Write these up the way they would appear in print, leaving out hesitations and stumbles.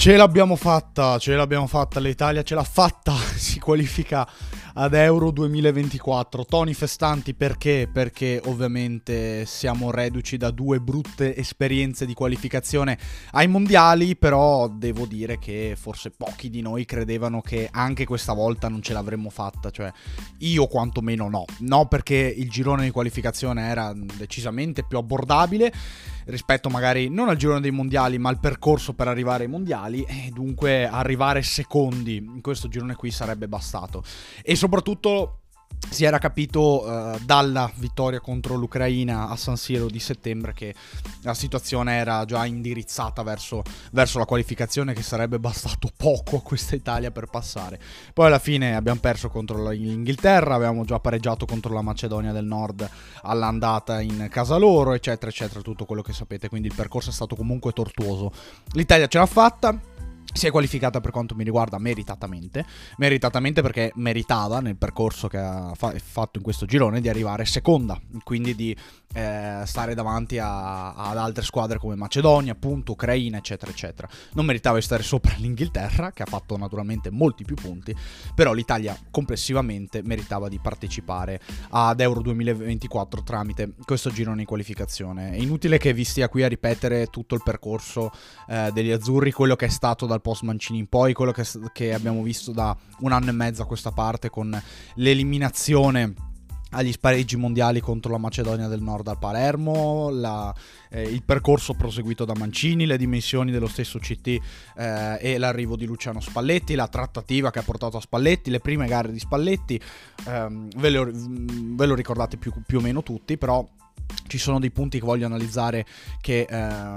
Ce l'abbiamo fatta, l'Italia ce l'ha fatta, si qualifica ad Euro 2024. Toni festanti perché? Perché ovviamente siamo reduci da due brutte esperienze di qualificazione ai mondiali, però devo dire che forse pochi di noi credevano che anche questa volta non ce l'avremmo fatta, cioè io quantomeno no perché il girone di qualificazione era decisamente più abbordabile rispetto magari non al girone dei mondiali ma al percorso per arrivare ai mondiali, e dunque arrivare secondi in questo girone qui sarebbe bastato. E soprattutto si era capito dalla vittoria contro l'Ucraina a San Siro di settembre che la situazione era già indirizzata verso la qualificazione, che sarebbe bastato poco a questa Italia per passare. Poi alla fine abbiamo perso contro l'Inghilterra, abbiamo già pareggiato contro la Macedonia del Nord all'andata in casa loro, eccetera eccetera, tutto quello che sapete, quindi il percorso è stato comunque tortuoso. L'Italia ce l'ha fatta, si è qualificata per quanto mi riguarda meritatamente perché meritava nel percorso che ha fatto in questo girone di arrivare seconda, quindi di stare davanti ad altre squadre come Macedonia, appunto, Ucraina, eccetera eccetera. Non meritava di stare sopra l'Inghilterra, che ha fatto naturalmente molti più punti, però l'Italia complessivamente meritava di partecipare ad Euro 2024 tramite questo girone di qualificazione. È inutile che vi stia qui a ripetere tutto il percorso degli azzurri, quello che è stato dal post Mancini in poi, quello che abbiamo visto da un anno e mezzo a questa parte, con l'eliminazione agli spareggi mondiali contro la Macedonia del Nord al Palermo, il percorso proseguito da Mancini, le dimensioni dello stesso CT e l'arrivo di Luciano Spalletti, la trattativa che ha portato a Spalletti, le prime gare di Spalletti, ve lo ricordate più o meno tutti, però ci sono dei punti che voglio analizzare che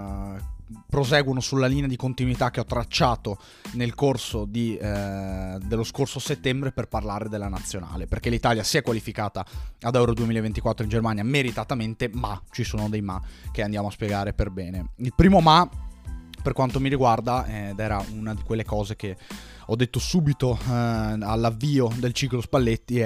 proseguono sulla linea di continuità che ho tracciato nel corso dello scorso settembre per parlare della nazionale, perché l'Italia si è qualificata ad Euro 2024 in Germania meritatamente, ma ci sono dei ma che andiamo a spiegare per bene. Il primo ma, per quanto mi riguarda, ed era una di quelle cose che ho detto subito all'avvio del ciclo Spalletti,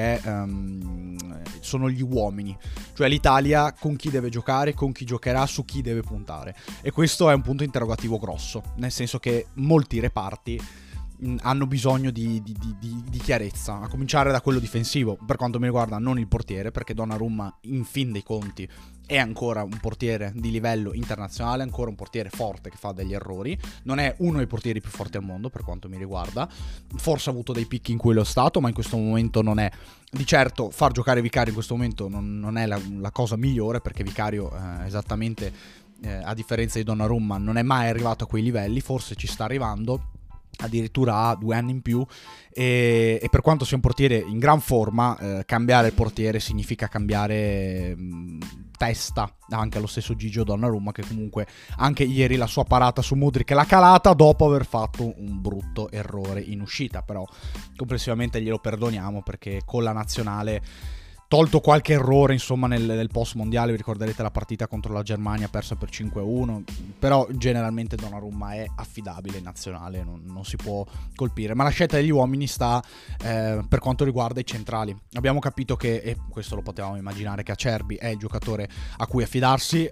sono gli uomini, cioè l'Italia con chi deve giocare, con chi giocherà, su chi deve puntare, e questo è un punto interrogativo grosso, nel senso che molti reparti hanno bisogno di chiarezza, a cominciare da quello difensivo. Per quanto mi riguarda non il portiere, perché Donnarumma in fin dei conti è ancora un portiere di livello internazionale, ancora un portiere forte che fa degli errori, non è uno dei portieri più forti al mondo per quanto mi riguarda, forse ha avuto dei picchi in cui lo è stato, ma in questo momento non è. Di certo far giocare Vicario in questo momento non è la cosa migliore, perché Vicario esattamente a differenza di Donnarumma non è mai arrivato a quei livelli, forse ci sta arrivando, addirittura ha 2 anni in più, e per quanto sia un portiere in gran forma, cambiare il portiere significa cambiare testa anche allo stesso Gigio Donnarumma, che comunque anche ieri la sua parata su Mudryk l'ha calata dopo aver fatto un brutto errore in uscita, però complessivamente glielo perdoniamo, perché con la nazionale, tolto qualche errore insomma nel post mondiale, vi ricorderete la partita contro la Germania persa per 5-1, però generalmente Donnarumma è affidabile in nazionale, non si può colpire. Ma la scelta degli uomini sta per quanto riguarda i centrali. Abbiamo capito che, e questo lo potevamo immaginare, che Acerbi è il giocatore a cui affidarsi,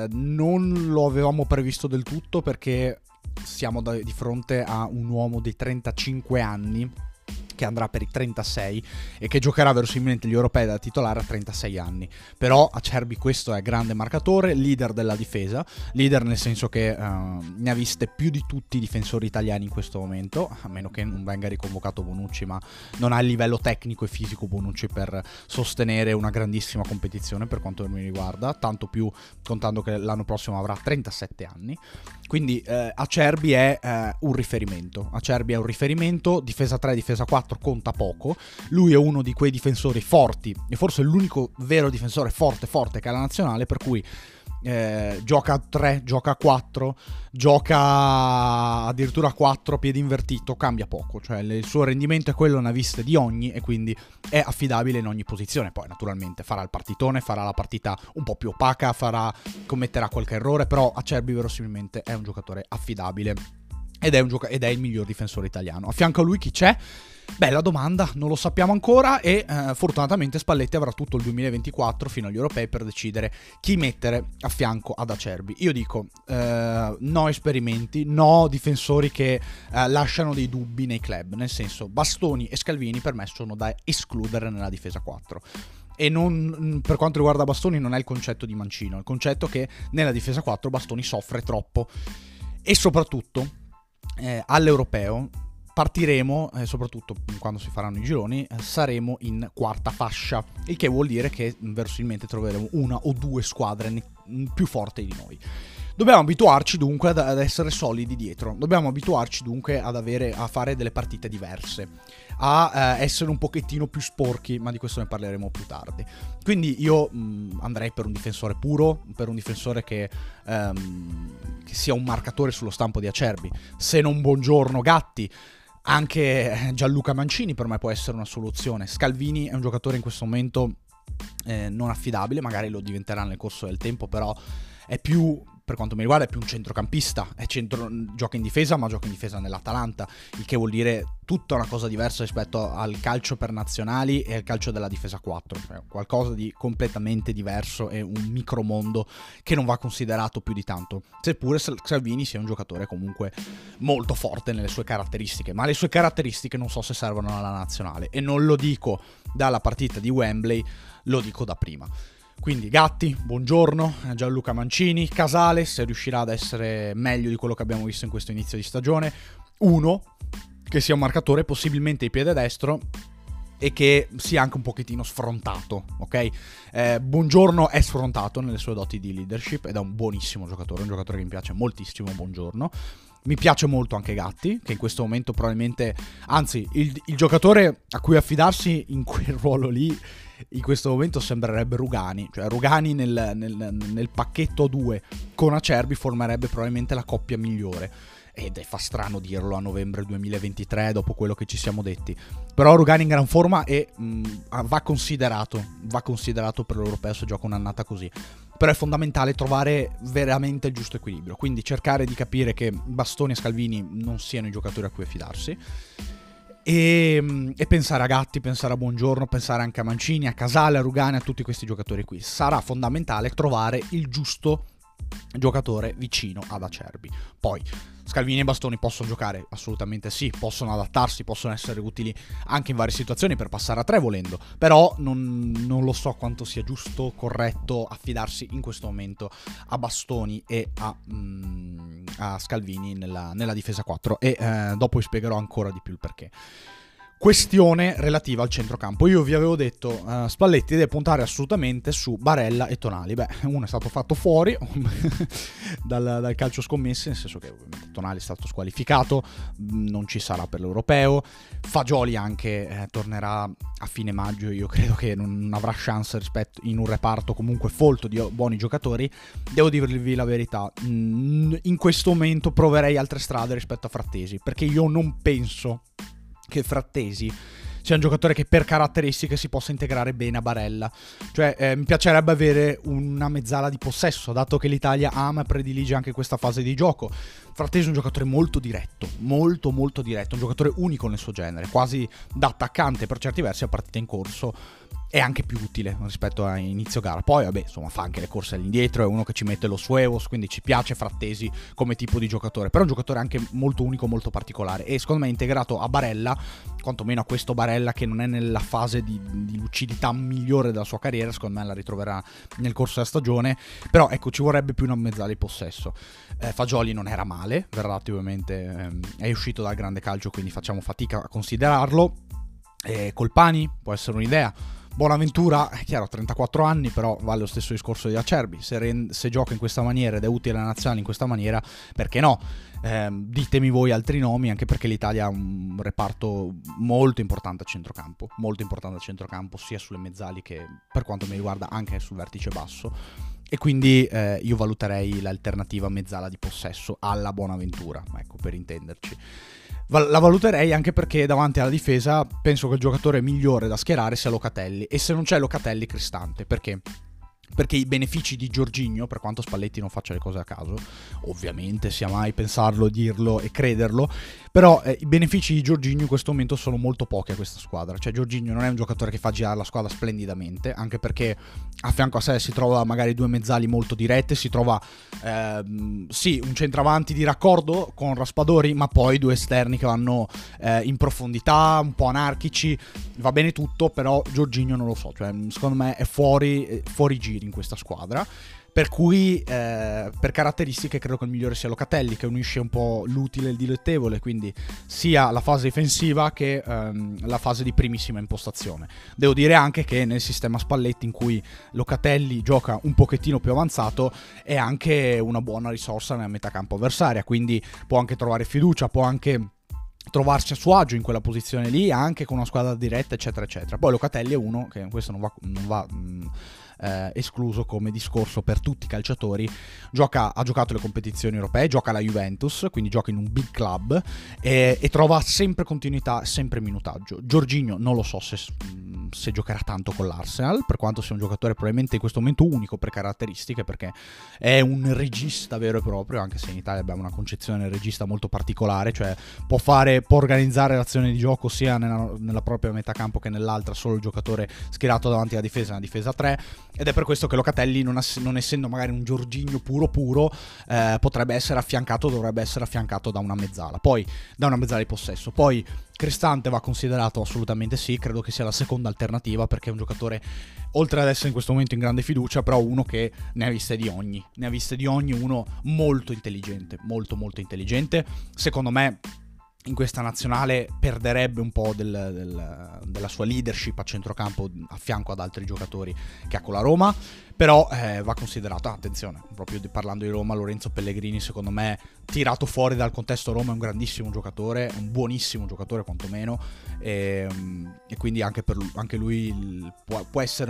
non lo avevamo previsto del tutto, perché siamo di fronte a un uomo di 35 anni che andrà per i 36 e che giocherà verosimilmente gli europei da titolare a 36 anni. Però Acerbi questo è grande marcatore, leader della difesa, leader nel senso che ne ha viste più di tutti i difensori italiani in questo momento, a meno che non venga riconvocato Bonucci, ma non ha il livello tecnico e fisico Bonucci per sostenere una grandissima competizione per quanto mi riguarda, tanto più contando che l'anno prossimo avrà 37 anni. Quindi Acerbi è un riferimento. Acerbi è un riferimento, difesa 3, difesa 4 conta poco. Lui è uno di quei difensori forti, e forse è l'unico vero difensore forte che ha la nazionale, per cui gioca a 3, gioca a 4, gioca addirittura a 4 a piedi invertito, cambia poco, cioè il suo rendimento è quello, una vista di ogni, e quindi è affidabile in ogni posizione. Poi naturalmente farà il partitone, farà la partita un po' più opaca, commetterà qualche errore, però Acerbi verosimilmente è un giocatore affidabile ed è il miglior difensore italiano. A fianco a lui chi c'è? Bella domanda, non lo sappiamo ancora e fortunatamente Spalletti avrà tutto il 2024 fino agli europei per decidere chi mettere a fianco ad Acerbi. Io dico no esperimenti, no difensori che lasciano dei dubbi nei club, nel senso Bastoni e Scalvini per me sono da escludere nella difesa 4. E non, per quanto riguarda Bastoni non è il concetto di Mancino, è il concetto che nella difesa 4 Bastoni soffre troppo e soprattutto all'europeo partiremo, soprattutto quando si faranno i gironi, saremo in quarta fascia, il che vuol dire che verosimilmente troveremo una o due squadre più forti di noi. Dobbiamo abituarci dunque ad essere solidi dietro, dobbiamo abituarci dunque a fare delle partite diverse, a essere un pochettino più sporchi, ma di questo ne parleremo più tardi. Quindi io andrei per un difensore puro, per un difensore che sia un marcatore sullo stampo di Acerbi, se non Buongiorno Gatti. Anche Gianluca Mancini per me può essere una soluzione. Scalvini è un giocatore in questo momento non affidabile, magari lo diventerà nel corso del tempo, però è più, per quanto mi riguarda, è più un centrocampista, gioca in difesa, ma gioca in difesa nell'Atalanta, il che vuol dire tutta una cosa diversa rispetto al calcio per nazionali e al calcio della difesa 4, cioè qualcosa di completamente diverso e un micromondo che non va considerato più di tanto, seppure Salvini sia un giocatore comunque molto forte nelle sue caratteristiche, ma le sue caratteristiche non so se servono alla nazionale, e non lo dico dalla partita di Wembley, lo dico da prima. Quindi Gatti, Buongiorno, Gianluca Mancini, Casale, se riuscirà ad essere meglio di quello che abbiamo visto in questo inizio di stagione, uno che sia un marcatore possibilmente di piede destro e che sia anche un pochettino sfrontato, ok? Buongiorno è sfrontato nelle sue doti di leadership ed è un buonissimo giocatore, un giocatore che mi piace moltissimo, Buongiorno. Mi piace molto anche Gatti, che in questo momento probabilmente, anzi, il giocatore a cui affidarsi in quel ruolo lì in questo momento sembrerebbe Rugani, cioè Rugani nel pacchetto 2 con Acerbi formerebbe probabilmente la coppia migliore, ed fa strano dirlo a novembre 2023 dopo quello che ci siamo detti, però Rugani in gran forma e va considerato per l'Europeo se gioca un'annata così. Però è fondamentale trovare veramente il giusto equilibrio, quindi cercare di capire che Bastoni e Scalvini non siano i giocatori a cui affidarsi e pensare a Gatti, pensare a Buongiorno, pensare anche a Mancini, a Casale, a Rugani, a tutti questi giocatori qui. Sarà fondamentale trovare il giusto giocatore vicino ad Acerbi. Poi Scalvini e Bastoni possono giocare? Assolutamente sì, possono adattarsi, possono essere utili anche in varie situazioni per passare a 3 volendo, però non lo so quanto sia giusto, corretto affidarsi in questo momento a Bastoni e a Scalvini nella difesa 4 e dopo vi spiegherò ancora di più il perché. Questione relativa al centrocampo. Io vi avevo detto Spalletti deve puntare assolutamente su Barella e Tonali. Beh, uno è stato fatto fuori dal calcio scommesse, nel senso che ovviamente Tonali è stato squalificato, non ci sarà per l'Europeo. Fagioli anche tornerà a fine maggio, io credo che non avrà chance rispetto in un reparto comunque folto di buoni giocatori. Devo dirvi la verità, in questo momento proverei altre strade rispetto a Frattesi, perché io non penso che Frattesi sia un giocatore che per caratteristiche si possa integrare bene a Barella. Cioè mi piacerebbe avere una mezzala di possesso, dato che l'Italia ama e predilige anche questa fase di gioco. Frattesi è un giocatore molto diretto, molto molto diretto, un giocatore unico nel suo genere, quasi da attaccante per certi versi a partita in corso. È anche più utile rispetto a inizio gara. Poi vabbè, insomma, fa anche le corse all'indietro, è uno che ci mette lo suevos, quindi ci piace Frattesi come tipo di giocatore, però è un giocatore anche molto unico, molto particolare, e secondo me integrato a Barella, quantomeno a questo Barella che non è nella fase di lucidità migliore della sua carriera, secondo me la ritroverà nel corso della stagione, però ecco, ci vorrebbe più una mezzala di possesso. Fagioli non era male, Verratti ovviamente è uscito dal grande calcio, quindi facciamo fatica a considerarlo. Colpani può essere un'idea. Bonaventura, è chiaro, 34 anni, però vale lo stesso discorso di Acerbi. Se gioca in questa maniera ed è utile alla nazionale in questa maniera, perché no? Ditemi voi altri nomi, anche perché l'Italia ha un reparto molto importante a centrocampo, sia sulle mezzali che, per quanto mi riguarda, anche sul vertice basso. E quindi io valuterei l'alternativa mezzala di possesso alla Bonaventura, ecco, per intenderci. La valuterei anche perché davanti alla difesa penso che il giocatore migliore da schierare sia Locatelli, e se non c'è Locatelli, Cristante. Perché perché i benefici di Jorginho, per quanto Spalletti non faccia le cose a caso, ovviamente sia mai pensarlo, dirlo e crederlo, però i benefici di Jorginho in questo momento sono molto pochi a questa squadra. Cioè Jorginho non è un giocatore che fa girare la squadra splendidamente, anche perché a fianco a sé si trova magari due mezzali molto dirette, si trova sì, un centravanti di raccordo con Raspadori, ma poi due esterni che vanno in profondità, un po' anarchici, va bene tutto, però Jorginho non lo so, cioè secondo me è fuori giri in questa squadra, per cui per caratteristiche credo che il migliore sia Locatelli, che unisce un po' l'utile e il dilettevole, quindi sia la fase difensiva che la fase di primissima impostazione. Devo dire anche che nel sistema Spalletti, in cui Locatelli gioca un pochettino più avanzato, è anche una buona risorsa nella metacampo avversaria, quindi può anche trovare fiducia, può anche trovarsi a suo agio in quella posizione lì, anche con una squadra diretta, eccetera eccetera. Poi Locatelli è uno che questo non va escluso come discorso per tutti i calciatori, ha giocato le competizioni europee, gioca alla Juventus, quindi gioca in un big club e trova sempre continuità, sempre minutaggio. Jorginho non lo so se giocherà tanto con l'Arsenal, per quanto sia un giocatore probabilmente in questo momento unico per caratteristiche, perché è un regista vero e proprio, anche se in Italia abbiamo una concezione del regista molto particolare, cioè può organizzare l'azione di gioco sia nella propria metà campo che nell'altra, solo il giocatore schierato davanti alla difesa, una difesa 3, ed è per questo che Locatelli, non essendo magari un Jorginho puro, dovrebbe essere affiancato da una mezzala, poi da una mezzala di possesso. Poi Cristante va considerato assolutamente sì, credo che sia la seconda alternativa, perché è un giocatore, oltre ad essere in questo momento in grande fiducia, però uno che ne ha viste di ogni, uno molto intelligente, molto molto intelligente. Secondo me in questa nazionale perderebbe un po' della sua leadership a centrocampo a fianco ad altri giocatori che ha con la Roma, però va considerato, attenzione, proprio parlando di Roma, Lorenzo Pellegrini secondo me, tirato fuori dal contesto Roma, è un grandissimo giocatore, è un buonissimo giocatore quantomeno, e quindi anche lui può essere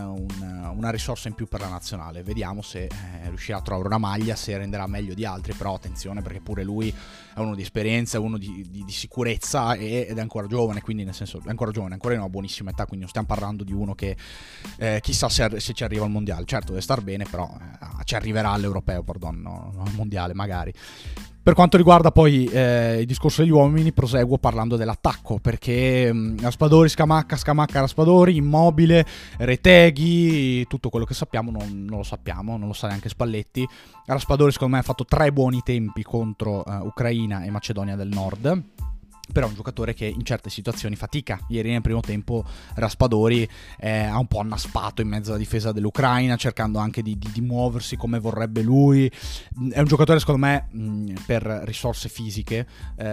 una risorsa in più per la nazionale. Vediamo se riuscirà a trovare una maglia, se renderà meglio di altri, però attenzione perché pure lui è uno di esperienza, è uno di sicurezza ed è ancora giovane, quindi nel senso è ancora giovane, ancora in una buonissima età, quindi non stiamo parlando di uno che chissà se ci arriva al mondiale. Certo deve star bene, però ci arriverà all'europeo, no, al mondiale magari. Per quanto riguarda poi il discorso degli uomini, proseguo parlando dell'attacco, perché Raspadori, Scamacca, Raspadori, Immobile, Retegui, tutto quello che sappiamo non lo sappiamo, non lo sa neanche Spalletti. Raspadori secondo me ha fatto 3 buoni tempi contro Ucraina e Macedonia del Nord, però è un giocatore che in certe situazioni fatica. Ieri nel primo tempo Raspadori ha un po' annaspato in mezzo alla difesa dell'Ucraina, cercando anche di muoversi come vorrebbe lui. È un giocatore secondo me per risorse fisiche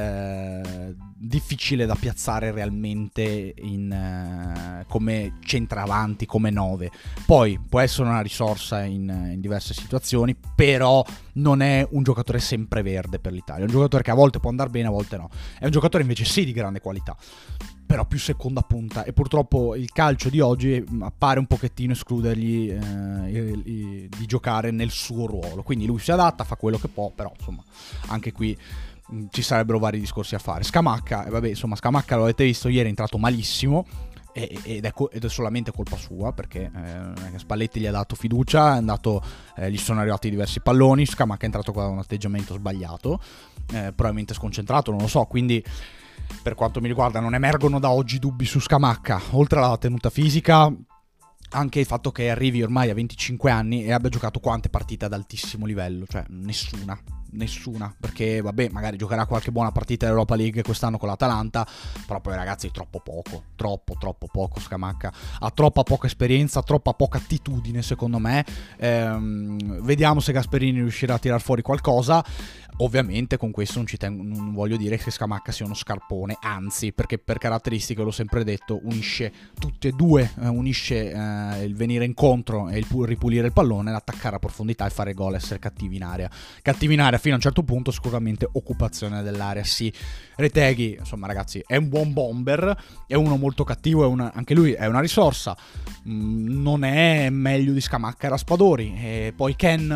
difficile da piazzare realmente come centravanti, come 9. Poi può essere una risorsa in diverse situazioni, però non è un giocatore sempreverde per l'Italia. È un giocatore che a volte può andare bene, a volte no. È un giocatore invece sì di grande qualità, però più seconda punta, e purtroppo il calcio di oggi appare un pochettino escludergli di giocare nel suo ruolo. Quindi lui si adatta, fa quello che può, però insomma anche qui ci sarebbero vari discorsi a fare. Scamacca, Scamacca lo avete visto, ieri è entrato malissimo, ed è solamente colpa sua, perché Spalletti gli ha dato fiducia, gli sono arrivati diversi palloni, Scamacca è entrato con un atteggiamento sbagliato, probabilmente sconcentrato, non lo so, quindi per quanto mi riguarda non emergono da oggi dubbi su Scamacca. Oltre alla tenuta fisica, anche il fatto che arrivi ormai a 25 anni e abbia giocato quante partite ad altissimo livello, cioè nessuna, perché vabbè, magari giocherà qualche buona partita Europa League quest'anno con l'Atalanta, però poi ragazzi troppo poco. Scamacca ha troppa poca esperienza, troppa poca attitudine secondo me. Vediamo se Gasperini riuscirà a tirar fuori qualcosa. Ovviamente con questo non voglio dire che Scamacca sia uno scarpone, anzi, perché per caratteristiche, l'ho sempre detto, unisce tutte e due, il venire incontro e il ripulire il pallone, l'attaccare a profondità e fare gol, essere cattivi in area fino a un certo punto, sicuramente occupazione dell'area sì. Retegui, insomma ragazzi, è un buon bomber, è uno molto cattivo, anche lui è una risorsa, non è meglio di Scamacca e Raspadori. E poi Ken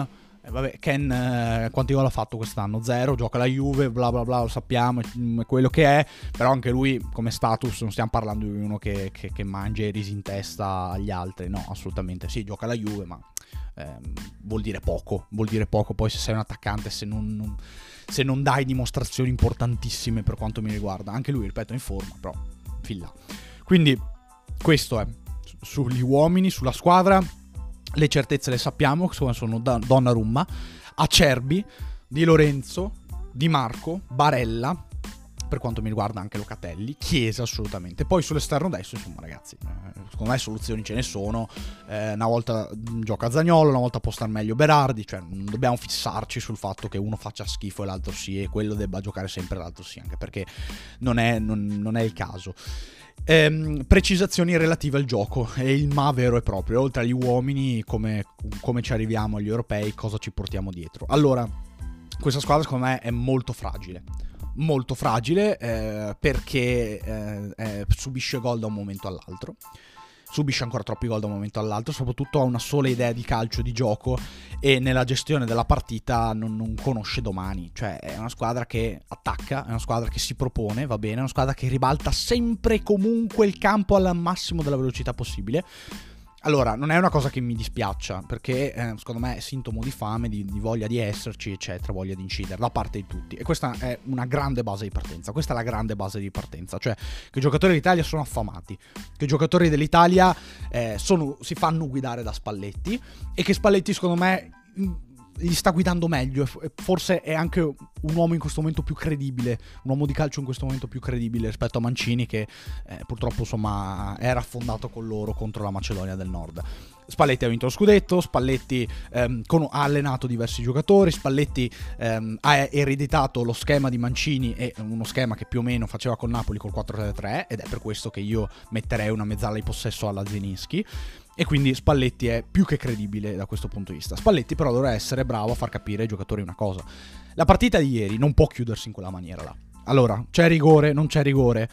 Vabbè, Ken quanti gol ha fatto quest'anno? 0, gioca la Juve, bla bla bla, lo sappiamo, è quello che è, però anche lui come status non stiamo parlando di uno che mangia i risi in testa agli altri, no, assolutamente, sì, gioca la Juve, ma vuol dire poco, poi se sei un attaccante, se non dai dimostrazioni importantissime per quanto mi riguarda, anche lui, ripeto, è in forma, però fin là. Quindi questo è sugli uomini, sulla squadra. Le certezze le sappiamo, sono Donnarumma, Acerbi, Di Lorenzo, Di Marco, Barella, per quanto mi riguarda anche Locatelli, Chiesa assolutamente. Poi sull'esterno destro, insomma ragazzi, secondo me soluzioni ce ne sono, una volta gioca Zaniolo, una volta può star meglio Berardi, cioè non dobbiamo fissarci sul fatto che uno faccia schifo e l'altro sì, e quello debba giocare sempre l'altro sì, anche perché non è il caso. Precisazioni relative al gioco e il ma vero e proprio, oltre agli uomini, come ci arriviamo agli europei, cosa ci portiamo dietro. Allora, questa squadra secondo me è molto fragile perché subisce gol da un momento all'altro, subisce ancora troppi gol da un momento all'altro, soprattutto ha una sola idea di calcio, di gioco, e nella gestione della partita non conosce domani. Cioè è una squadra che attacca, è una squadra che si propone, va bene, è una squadra che ribalta sempre e comunque il campo al massimo della velocità possibile. Allora, non è una cosa che mi dispiaccia, perché secondo me è sintomo di fame, di voglia di esserci, eccetera, voglia di incidere da parte di tutti. E questa è una grande base di partenza. Questa è la grande base di partenza, cioè che i giocatori dell'Italia sono affamati, che i giocatori dell'Italia si fanno guidare da Spalletti, e che Spalletti, secondo me, gli sta guidando meglio, e forse è anche un uomo in questo momento più credibile, un uomo di calcio in questo momento più credibile rispetto a Mancini, che purtroppo insomma era affondato con loro contro la Macedonia del Nord. Spalletti ha vinto lo scudetto, Spalletti ha allenato diversi giocatori, Spalletti ha ereditato lo schema di Mancini, e uno schema che più o meno faceva col Napoli col 4-3-3, ed è per questo che io metterei una mezzala di possesso alla Zielinski. E quindi Spalletti è più che credibile da questo punto di vista. Spalletti però dovrà essere bravo a far capire ai giocatori una cosa: la partita di ieri non può chiudersi in quella maniera là. Allora, c'è rigore, non c'è rigore?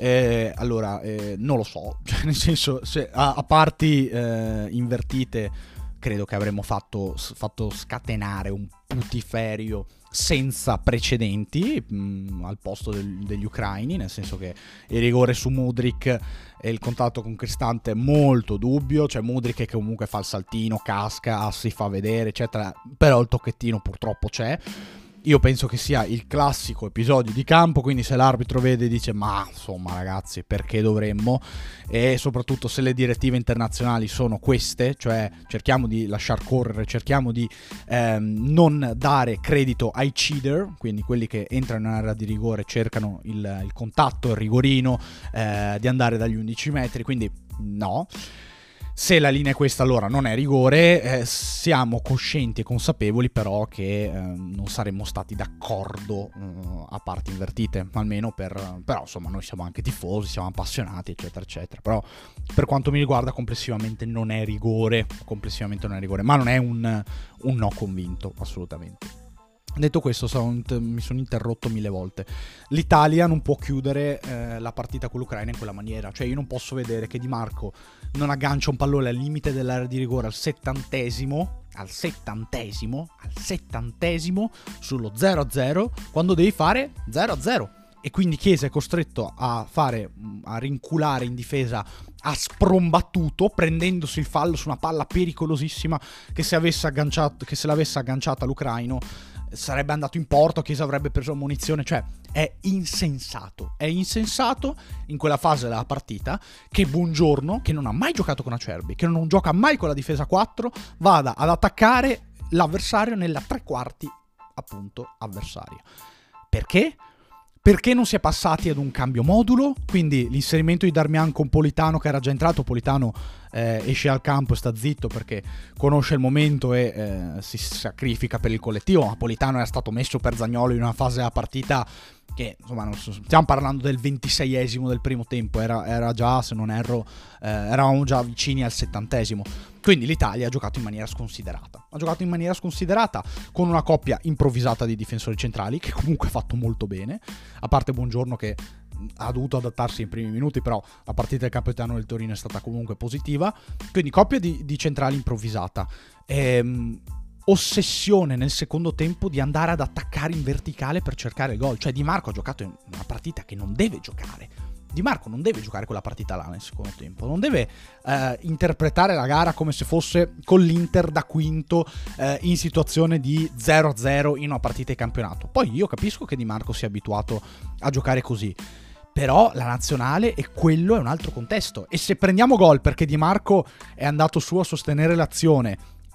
Non lo so, cioè, nel senso, a parti invertite credo che avremmo fatto scatenare un putiferio senza precedenti al posto degli ucraini, nel senso che il rigore su Mudryk e il contatto con Cristante è molto dubbio, cioè Mudryk che comunque fa il saltino, casca, si fa vedere eccetera, però il tocchettino purtroppo c'è. Io penso che sia il classico episodio di campo, quindi se l'arbitro vede e dice ma insomma ragazzi, perché dovremmo? E soprattutto se le direttive internazionali sono queste, cioè cerchiamo di lasciar correre, cerchiamo di non dare credito ai cheater, quindi quelli che entrano in area di rigore, cercano il contatto, il rigorino, di andare dagli 11 metri, quindi no. Se la linea è questa, allora non è rigore. Siamo coscienti e consapevoli però che non saremmo stati d'accordo a parti invertite, almeno però insomma noi siamo anche tifosi, siamo appassionati eccetera eccetera, però per quanto mi riguarda complessivamente non è rigore, ma non è un no convinto, assolutamente. Detto questo, mi sono interrotto 1000 volte. L'Italia non può chiudere la partita con l'Ucraina in quella maniera. Cioè io non posso vedere che Di Marco non aggancia un pallone al limite dell'area di rigore al settantesimo sullo 0-0, quando devi fare 0-0. E quindi Chiesa è costretto a rinculare in difesa a sprombattuto, prendendosi il fallo su una palla pericolosissima che se l'avesse agganciata l'ucraino sarebbe andato in porto, Chiesa avrebbe preso munizione. Cioè è insensato in quella fase della partita che Buongiorno, che non ha mai giocato con Acerbi, che non gioca mai con la difesa 4, vada ad attaccare l'avversario nella tre quarti appunto avversaria. Perché? Perché non si è passati ad un cambio modulo, quindi l'inserimento di Darmian con Politano che era già entrato. Politano esce al campo e sta zitto perché conosce il momento e si sacrifica per il collettivo, ma Politano era stato messo per Zaniolo in una fase della partita che insomma non so, stiamo parlando del 26esimo del primo tempo, era già, se non erro, eravamo già vicini al 70esimo. Quindi l'Italia ha giocato in maniera sconsiderata. Con una coppia improvvisata di difensori centrali che comunque ha fatto molto bene, a parte Buongiorno che ha dovuto adattarsi in primi minuti, però la partita del capitano del Torino è stata comunque positiva. Quindi coppia di centrali improvvisata. ossessione nel secondo tempo di andare ad attaccare in verticale per cercare il gol. Cioè Di Marco ha giocato in una partita che non deve giocare. Di Marco non deve giocare quella partita là nel secondo tempo, non deve interpretare la gara come se fosse con l'Inter da quinto in situazione di 0-0 in una partita di campionato. Poi io capisco che Di Marco sia abituato a giocare così, però la nazionale e quello è un altro contesto, e se prendiamo gol perché Di Marco è andato su a sostenere l'azione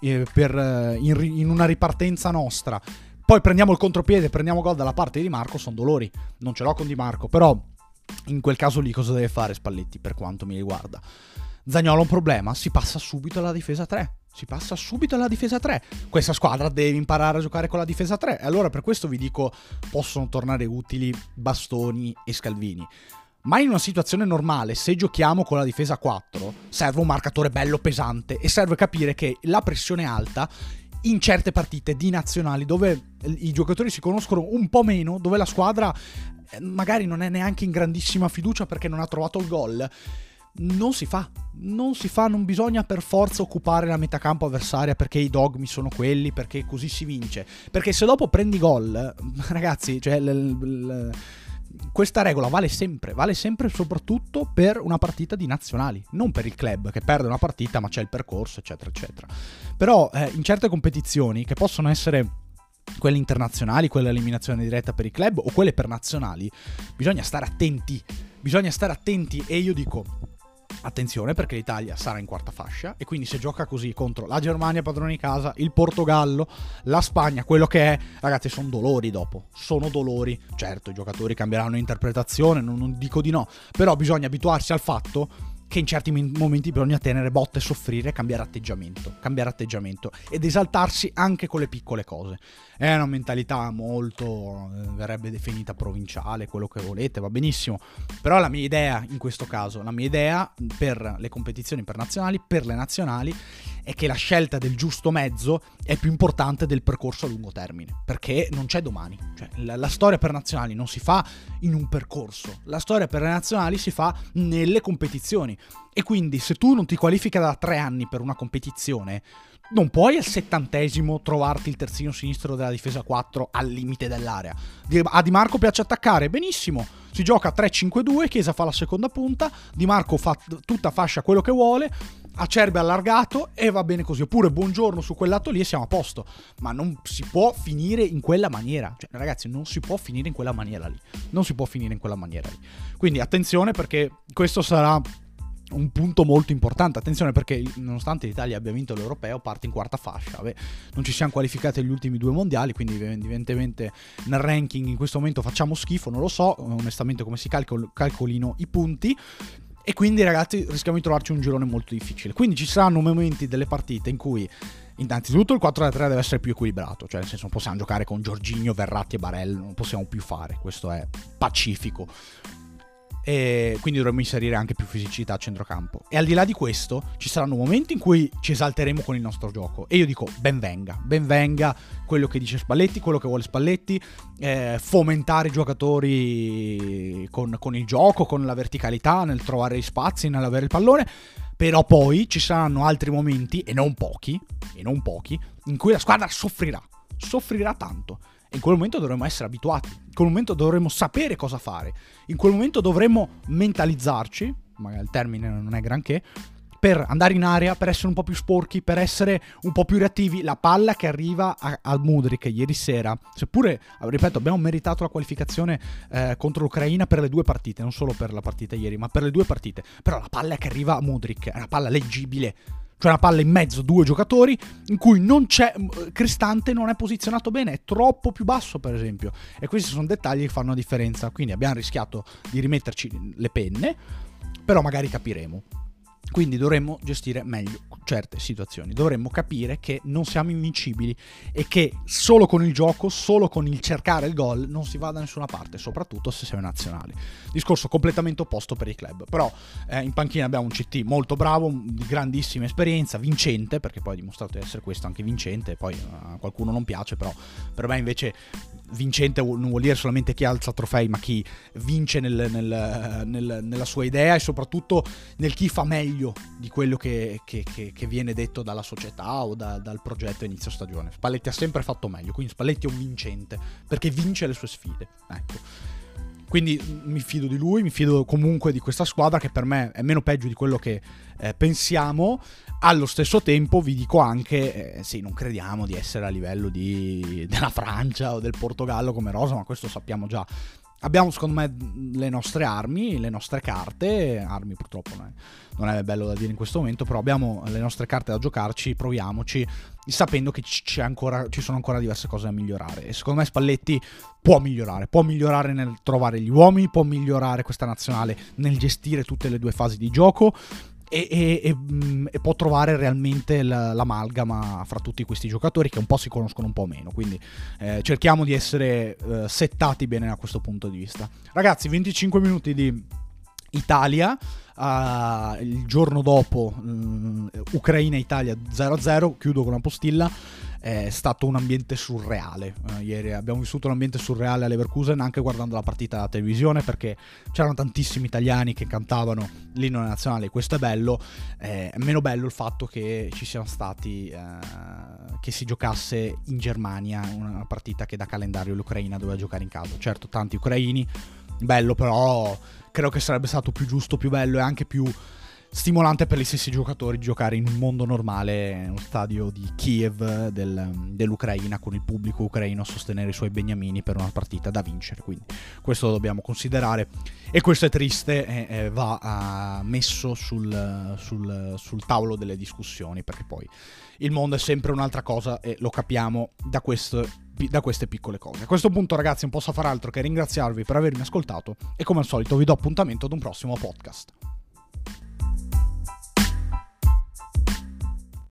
in una ripartenza nostra, poi prendiamo il contropiede, prendiamo gol dalla parte di Di Marco, sono dolori. Non ce l'ho con Di Marco, però in quel caso lì cosa deve fare Spalletti per quanto mi riguarda? Zaniolo ha un problema, si passa subito alla difesa 3. Questa squadra deve imparare a giocare con la difesa 3. E allora per questo vi dico, possono tornare utili Bastoni e Scalvini. Ma in una situazione normale, se giochiamo con la difesa 4, serve un marcatore bello pesante e serve capire che la pressione alta in certe partite di nazionali dove i giocatori si conoscono un po' meno, dove la squadra magari non è neanche in grandissima fiducia perché non ha trovato il gol, non si fa, non bisogna per forza occupare la metacampo avversaria perché i dogmi sono quelli, perché così si vince, perché se dopo prendi gol, ragazzi, cioè questa regola vale sempre soprattutto per una partita di nazionali, non per il club che perde una partita ma c'è il percorso eccetera eccetera. Però in certe competizioni che possono essere quelle internazionali, quelle eliminazione diretta per i club o quelle per nazionali, bisogna stare attenti, e io dico attenzione perché l'Italia sarà in quarta fascia e quindi se gioca così contro la Germania padrone di casa, il Portogallo, la Spagna, quello che è, ragazzi, sono dolori dopo, sono dolori. Certo, i giocatori cambieranno interpretazione, non dico di no, però bisogna abituarsi al fatto che in certi momenti bisogna tenere botte e soffrire, cambiare atteggiamento ed esaltarsi anche con le piccole cose. È una mentalità molto, verrebbe definita provinciale, quello che volete, va benissimo, però la mia idea in questo caso, la mia idea per le competizioni internazionali, per le nazionali, è che la scelta del giusto mezzo è più importante del percorso a lungo termine, perché non c'è domani. Cioè, la storia per nazionali non si fa in un percorso, la storia per le nazionali si fa nelle competizioni. E quindi se tu non ti qualifichi da 3 anni per una competizione, non puoi al 70° trovarti il terzino sinistro della difesa 4 al limite dell'area. A Di Marco piace attaccare? Benissimo, si gioca 3-5-2, Chiesa fa la seconda punta, Di Marco fa tutta fascia quello che vuole, Acerbi allargato e va bene così, oppure buongiorno su quel lato lì e siamo a posto. Ma non si può finire in quella maniera, cioè ragazzi, non si può finire in quella maniera lì, quindi attenzione, perché questo sarà un punto molto importante. Attenzione perché nonostante l'Italia abbia vinto l'Europeo, parte in quarta fascia. Non ci siamo qualificati agli ultimi 2 mondiali, quindi evidentemente nel ranking in questo momento facciamo schifo, non lo so onestamente come si calcolino i punti. E quindi ragazzi rischiamo di trovarci un girone molto difficile. Quindi ci saranno momenti delle partite in cui innanzitutto il 4-3 deve essere più equilibrato, cioè nel senso non possiamo giocare con Jorginho, Verratti e Barella, non possiamo più fare, questo è pacifico. E quindi dovremmo inserire anche più fisicità a centrocampo. E al di là di questo ci saranno momenti in cui ci esalteremo con il nostro gioco e io dico ben venga quello che dice Spalletti, quello che vuole Spalletti, fomentare i giocatori con il gioco, con la verticalità, nel trovare gli spazi, nell'avere il pallone. Però poi ci saranno altri momenti, e non pochi, in cui la squadra soffrirà tanto. E in quel momento dovremo essere abituati, in quel momento dovremo sapere cosa fare, in quel momento dovremo mentalizzarci, magari il termine non è granché, per andare in area, per essere un po' più sporchi, per essere un po' più reattivi. La palla che arriva a Mudryk ieri sera, seppure, ripeto, abbiamo meritato la qualificazione contro l'Ucraina per le 2 partite, non solo per la partita ieri, ma per le 2 partite, però la palla che arriva a Mudryk è una palla leggibile. Cioè una palla in mezzo, 2 giocatori, in cui non c'è, Cristante non è posizionato bene, è troppo più basso per esempio, e questi sono dettagli che fanno la differenza. Quindi abbiamo rischiato di rimetterci le penne, però magari capiremo. Quindi dovremmo gestire meglio certe situazioni, dovremmo capire che non siamo invincibili e che solo con il gioco, solo con il cercare il gol non si va da nessuna parte, soprattutto se sei nazionale. Discorso completamente opposto per i club, però in panchina abbiamo un CT molto bravo, di grandissima esperienza, vincente, perché poi ha dimostrato di essere questo, anche vincente. Poi a qualcuno non piace, però per me invece vincente non vuol dire solamente chi alza trofei, ma chi vince nella sua idea e soprattutto nel chi fa meglio di quello che viene detto dalla società o dal progetto a inizio stagione. Spalletti ha sempre fatto meglio, quindi Spalletti è un vincente perché vince le sue sfide, ecco. Quindi mi fido di lui, mi fido comunque di questa squadra che per me è meno peggio di quello che pensiamo. Allo stesso tempo vi dico anche, sì, non crediamo di essere a livello della Francia o del Portogallo come rosa, ma questo sappiamo già. Abbiamo secondo me le nostre armi, le nostre carte, armi purtroppo non è bello da dire in questo momento, però abbiamo le nostre carte da giocarci, proviamoci, sapendo che ci sono ancora diverse cose da migliorare. E secondo me Spalletti può migliorare nel trovare gli uomini, può migliorare questa nazionale nel gestire tutte le due fasi di gioco e può trovare realmente l'amalgama fra tutti questi giocatori che un po' si conoscono un po' meno, quindi cerchiamo di essere settati bene da questo punto di vista. Ragazzi, 25 minuti di Italia, il giorno dopo Ucraina-Italia 0-0, chiudo con una postilla. È stato un ambiente surreale. Ieri abbiamo vissuto un ambiente surreale a Leverkusen, anche guardando la partita alla televisione, perché c'erano tantissimi italiani che cantavano l'inno nazionale. Questo è bello. È meno bello il fatto che ci siano stati che si giocasse in Germania una partita che da calendario l'Ucraina doveva giocare in casa. Certo, tanti ucraini, bello, però credo che sarebbe stato più giusto, più bello e anche più stimolante per gli stessi giocatori giocare in un mondo normale, in uno stadio di Kiev dell'Ucraina, con il pubblico ucraino a sostenere i suoi beniamini per una partita da vincere. Quindi questo lo dobbiamo considerare e questo è triste, va messo sul tavolo delle discussioni, perché poi il mondo è sempre un'altra cosa e lo capiamo da queste piccole cose. A questo punto, ragazzi, non posso fare altro che ringraziarvi per avermi ascoltato e come al solito vi do appuntamento ad un prossimo podcast.